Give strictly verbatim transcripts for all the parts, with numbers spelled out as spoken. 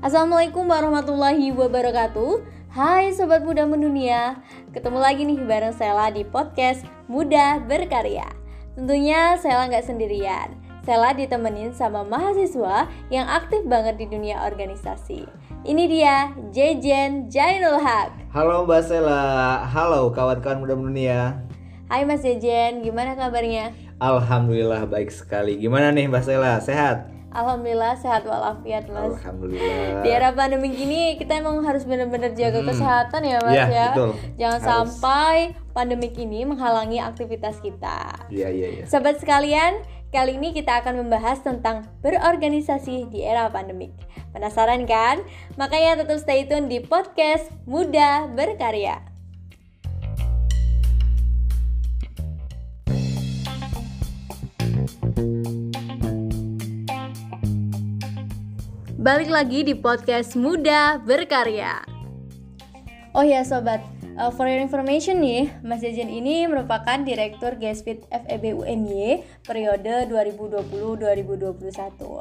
Assalamualaikum warahmatullahi wabarakatuh. Hai Sobat Muda Mendunia, ketemu lagi nih bareng Sela di podcast Muda Berkarya. Tentunya Sela gak sendirian. Sela ditemenin sama mahasiswa yang aktif banget di dunia organisasi. Ini dia Jejen Jainul Haq. Halo Mbak Sela, halo kawan-kawan Muda Mendunia. Hai Mas Jejen, gimana kabarnya? Alhamdulillah baik sekali. Gimana nih Mbak Sela, sehat? Alhamdulillah sehat walafiat Mas. Alhamdulillah. Di era pandemi gini kita emang harus benar-benar jaga hmm. kesehatan ya Mas ya, ya. Betul. Jangan harus. sampai pandemi ini menghalangi aktivitas kita. Iya iya iya. Sobat sekalian, kali ini kita akan membahas tentang berorganisasi di era pandemik. Penasaran kan? Makanya tetap stay tune di podcast Muda Berkarya. Balik lagi di podcast Muda Berkarya. Oh ya sobat, uh, for your information nih, Mas Jejen ini merupakan Direktur Gespid F E B U M Y periode dua ribu dua puluh sampai dua ribu dua puluh satu.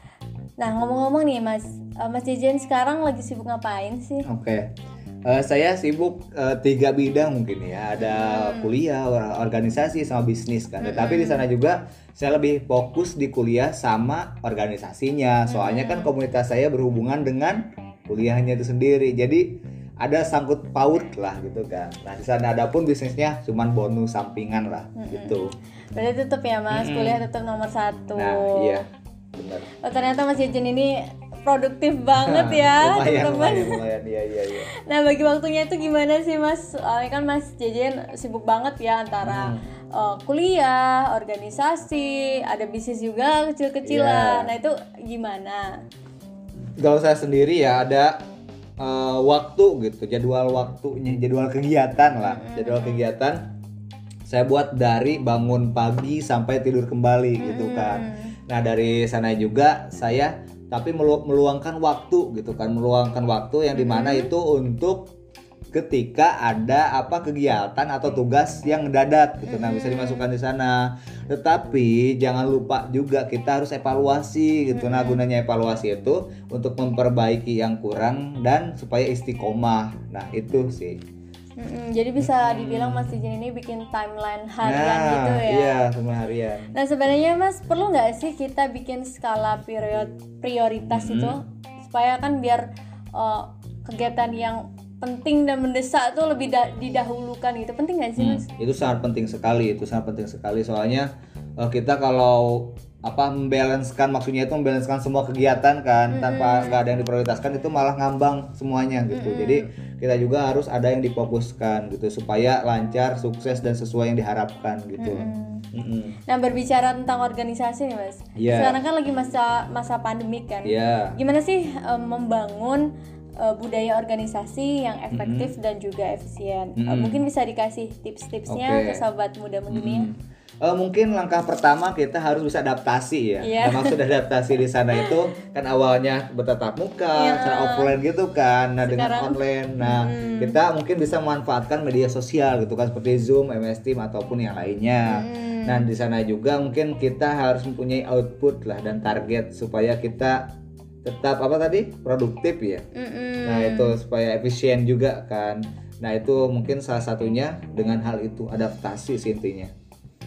Nah ngomong-ngomong nih Mas, uh, Mas Jejen sekarang lagi sibuk ngapain sih? Oke, okay. uh, saya sibuk uh, tiga bidang mungkin ya, ada hmm. kuliah, organisasi sama bisnis kan. Hmm. Tapi di sana juga saya lebih fokus di kuliah sama organisasinya. Soalnya kan komunitas saya berhubungan dengan kuliahnya itu sendiri. Jadi ada sangkut paut lah gitu kan. Nah di sana ada pun bisnisnya cuman bonus sampingan lah mm-hmm. gitu. Berarti tetap ya Mas, mm-hmm. kuliah tetap nomor satu. Nah iya benar. Oh, ternyata Mas Jejen ini produktif banget ya lumayan, teman-teman. Lumayan, lumayan, iya, iya, iya. Nah bagi waktunya itu gimana sih Mas? Soalnya kan Mas Jejen sibuk banget ya antara hmm. uh, kuliah, organisasi, ada bisnis juga kecil-kecilan. Yeah. Nah itu gimana? Kalau saya sendiri ya ada uh, waktu gitu, jadwal waktunya, jadwal kegiatan lah, hmm. jadwal kegiatan. Saya buat dari bangun pagi sampai tidur kembali hmm. gitu kan. Nah dari sana juga saya tapi melu- meluangkan waktu gitu kan, meluangkan waktu yang dimana hmm. itu untuk ketika ada apa kegiatan atau tugas yang mendadak gitu, hmm. nah bisa dimasukkan di sana. Tetapi jangan lupa juga kita harus evaluasi gitu. hmm. Nah gunanya evaluasi itu untuk memperbaiki yang kurang dan supaya istiqomah. Nah itu sih. Mm-mm, jadi bisa dibilang Mas Jejen ini bikin timeline harian nah, gitu ya. Iya, semua harian. Nah sebenarnya Mas perlu nggak sih kita bikin skala period prioritas mm-hmm. itu supaya kan biar uh, kegiatan yang penting dan mendesak tuh lebih da- didahulukan gitu. Penting nggak sih Mas? Hmm, itu sangat penting sekali, itu sangat penting sekali. Soalnya uh, kita kalau apa membalancekan, maksudnya itu membalancekan semua kegiatan kan, mm-hmm. tanpa nggak ada yang diprioritaskan itu malah ngambang semuanya gitu. Mm-hmm. Jadi kita juga harus ada yang difokuskan gitu supaya lancar, sukses dan sesuai yang diharapkan gitu. Mm-hmm. Mm-hmm. Nah berbicara tentang organisasi nih Mas, yeah. sekarang kan lagi masa masa pandemik kan. Yeah. Gimana sih um, membangun uh, budaya organisasi yang efektif mm-hmm. dan juga efisien? Mm-hmm. Uh, mungkin bisa dikasih tips-tipsnya okay. ke sobat muda mendunia. Mm-hmm. Uh, mungkin langkah pertama kita harus bisa adaptasi ya. Yeah. Nah, maksud adaptasi di sana itu kan awalnya bertatap muka, yeah. cara offline gitu kan. Nah, sekarang, dengan online, nah hmm. kita mungkin bisa memanfaatkan media sosial gitu kan seperti Zoom, M S Team ataupun yang lainnya. Hmm. Nah, di sana juga mungkin kita harus mempunyai output lah dan target supaya kita tetap apa tadi? Produktif ya. Hmm. Nah, itu supaya efisien juga kan. Nah, itu mungkin salah satunya dengan hal itu adaptasi sih intinya.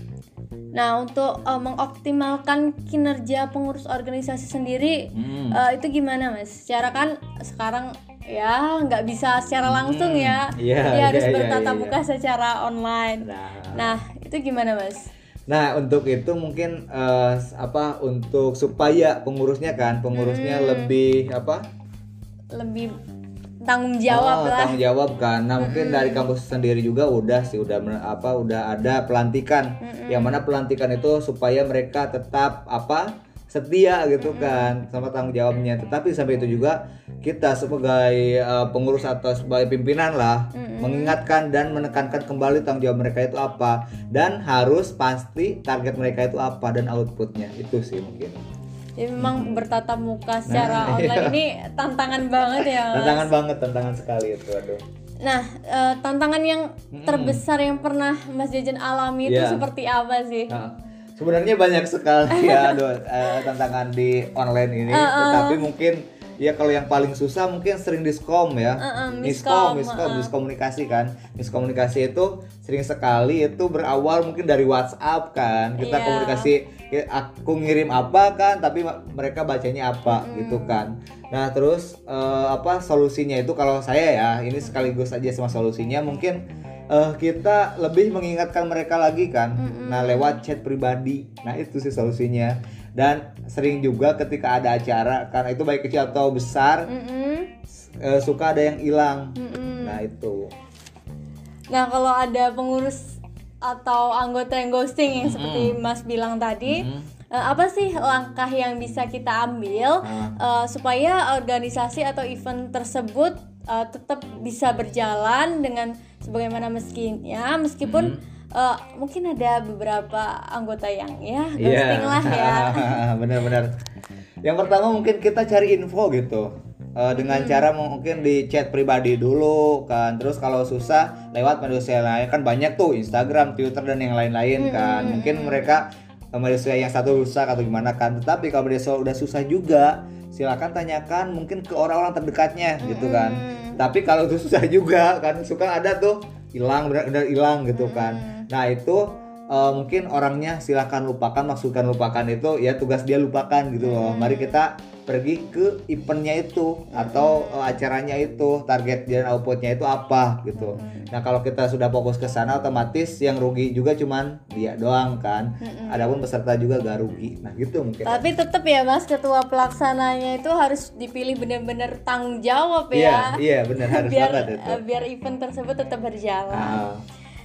Nah untuk uh, mengoptimalkan kinerja pengurus organisasi sendiri hmm. uh, itu gimana Mas? Secara kan sekarang ya nggak bisa secara langsung hmm. ya, yeah, jadi yeah, harus yeah, bertatap yeah, muka yeah. secara online. Nah. nah itu gimana Mas? Nah untuk itu mungkin uh, apa untuk supaya pengurusnya kan pengurusnya hmm. lebih apa? Lebih tanggung jawab oh, lah. Tanggung jawab kan. Nah, mm-hmm. mungkin dari kampus sendiri juga udah sih udah apa udah ada pelantikan. Mm-hmm. Yang mana pelantikan itu supaya mereka tetap apa? Setia gitu mm-hmm. kan sama tanggung jawabnya. Tetapi sampai itu juga kita sebagai uh, pengurus atau sebagai pimpinan lah mm-hmm. mengingatkan dan menekankan kembali tanggung jawab mereka itu apa dan harus pasti target mereka itu apa dan outputnya. Itu sih mungkin. Jadi memang hmm. bertatap muka secara nah, online iya. ini tantangan banget ya Mas. Tantangan banget, tantangan sekali itu aduh. Nah, uh, tantangan yang hmm. terbesar yang pernah Mas Jejen alami yeah. itu seperti apa sih? Nah, sebenarnya banyak sekali ya aduh uh, tantangan di online ini, uh, uh. tetapi mungkin Ya kalau yang paling susah mungkin sering diskom ya. Uh-uh, miskom, miskom, miskom, uh-uh. miskomunikasi kan. Miskomunikasi itu sering sekali itu berawal mungkin dari WhatsApp kan. Kita Iya. komunikasi, ya, aku ngirim apa kan, tapi ma- mereka bacanya apa gitu kan. Nah terus eh, apa solusinya itu kalau saya ya, ini sekaligus aja sama solusinya mungkin eh, kita lebih mengingatkan mereka lagi kan. Nah lewat chat pribadi. Nah itu sih solusinya. Dan sering juga ketika ada acara, karena itu baik kecil atau besar, Mm-mm. eh, suka ada yang hilang. Mm-mm. Nah itu. Nah kalau ada pengurus atau anggota yang ghosting yang seperti Mas bilang tadi, Mm-mm. eh, apa sih langkah yang bisa kita ambil Ah. eh, supaya organisasi atau event tersebut eh, tetap bisa berjalan dengan sebagaimana meskinya, meskipun eh, mungkin ada beberapa anggota yang ya ghosting lah ya. Benar-benar. Yang pertama mungkin kita cari info gitu. Eh, dengan cara mungkin di chat pribadi dulu kan. Terus kalau susah lewat media sosial lain kan banyak tuh Instagram, Twitter dan yang lain-lain kan. Mungkin mereka eh, media sosial yang satu rusak atau gimana kan. Tetapi kalau media sosial udah susah juga, silakan tanyakan mungkin ke orang-orang terdekatnya gitu kan. Tapi kalau itu susah juga kan, suka ada tuh hilang benar-benar hilang gitu kan. Nah itu uh, mungkin orangnya silakan lupakan, maksudkan lupakan itu ya tugas dia lupakan gitu loh. Mari kita pergi ke eventnya itu atau uh, acaranya itu, target dan outputnya itu apa gitu. Nah kalau kita sudah fokus ke sana, otomatis yang rugi juga cuman dia doang kan. Adapun peserta juga gak rugi. Nah gitu mungkin. Tapi tetap ya Mas, ketua pelaksananya itu harus dipilih benar-benar tanggung jawab Iya, ya. iya benar harus biar banget itu. eh, biar event tersebut tetap berjalan. Ah.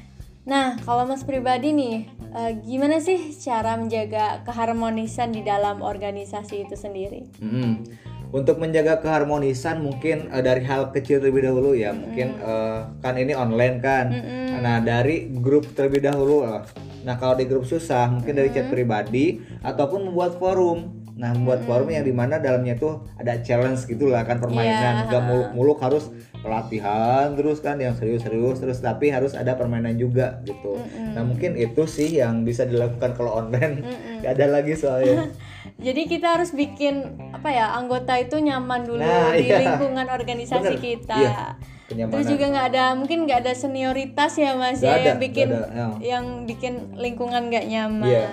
Nah, kalau Mas pribadi nih, eh, gimana sih cara menjaga keharmonisan di dalam organisasi itu sendiri? Mm-mm. Untuk menjaga keharmonisan mungkin eh, dari hal kecil terlebih dahulu ya. Mungkin eh, kan ini online kan. Nah dari grup terlebih dahulu lah. Nah kalau di grup susah mungkin dari chat pribadi ataupun membuat forum. Nah membuat forum yang dimana dalamnya tuh ada challenge gitulah kan, permainan. Iya. Gak muluk-muluk harus pelatihan terus kan yang serius-serius terus, tapi harus ada permainan juga gitu. Nah mungkin itu sih yang bisa dilakukan kalau online. Gak ada lagi soalnya. Jadi kita harus bikin apa ya, anggota itu nyaman dulu Nah, di iya. lingkungan organisasi Bener. kita. Iya, kenyamanan. Terus juga nggak ada, mungkin nggak ada senioritas ya Mas Nggak ya ada, yang bikin nggak ada, ya. yang bikin lingkungan nggak nyaman. Iya.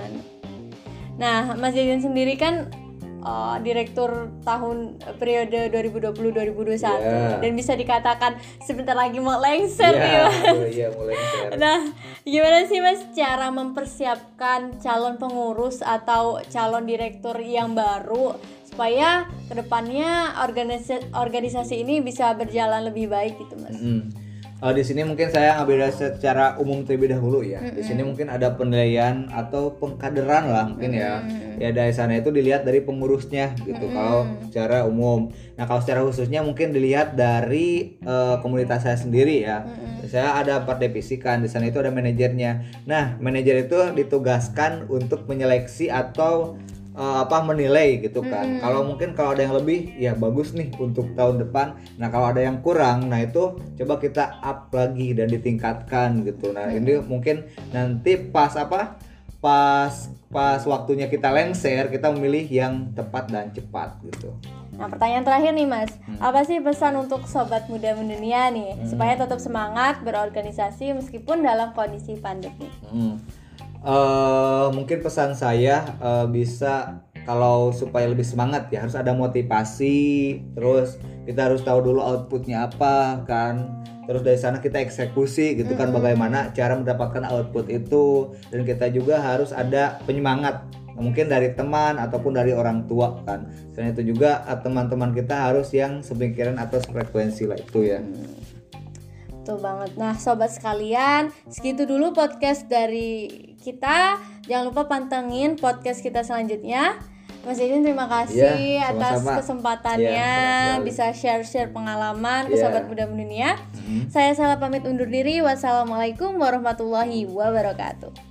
Nah Mas Jajan sendiri kan uh, direktur tahun uh, periode dua ribu dua puluh sampai dua ribu dua puluh satu Iya. dan bisa dikatakan sebentar lagi mau lengser nih Iya, Mas. oh iya mulai share. Nah, gimana sih Mas cara mempersiapkan calon pengurus atau calon direktur yang baru supaya kedepannya organisasi organisasi ini bisa berjalan lebih baik gitu Mas? Mm-mm. Uh, di sini mungkin saya ngambil secara umum terlebih dahulu ya. Di sini mungkin ada penilaian atau pengkaderan lah mungkin ya. Ya dari sana itu dilihat dari pengurusnya gitu. Kalau secara umum. Nah kalau secara khususnya mungkin dilihat dari uh, komunitas saya sendiri ya. Saya ada empat divisi kan. Di sana itu ada manajernya. Nah manajer itu ditugaskan untuk menyeleksi atau Uh, apa menilai gitu kan. Kalau mungkin kalau ada yang lebih ya bagus nih untuk tahun depan. Nah kalau ada yang kurang, nah itu coba kita up lagi dan ditingkatkan gitu. Nah ini mungkin nanti pas apa pas pas waktunya kita lengser, kita memilih yang tepat dan cepat gitu. Nah pertanyaan terakhir nih Mas, apa sih pesan untuk sobat muda mendunia nih supaya tetap semangat berorganisasi meskipun dalam kondisi pandemi? Hmm. Uh, mungkin pesan saya uh, bisa kalau supaya lebih semangat ya harus ada motivasi, terus kita harus tahu dulu outputnya apa kan, terus dari sana kita eksekusi gitu kan, bagaimana cara mendapatkan output itu, dan kita juga harus ada penyemangat mungkin dari teman ataupun dari orang tua kan. Selain itu juga uh, teman-teman kita harus yang sepemikiran atau sefrekuensi lah itu ya. Betul banget. Nah sobat sekalian, segitu dulu podcast dari kita. Jangan lupa pantengin podcast kita selanjutnya. Mas Jajan terima kasih Iya, atas sama-sama. kesempatannya Iya, senang sekali. bisa share-share pengalaman ke Iya. sobat muda mendunia. Saya Sela pamit undur diri. Wassalamualaikum warahmatullahi wabarakatuh.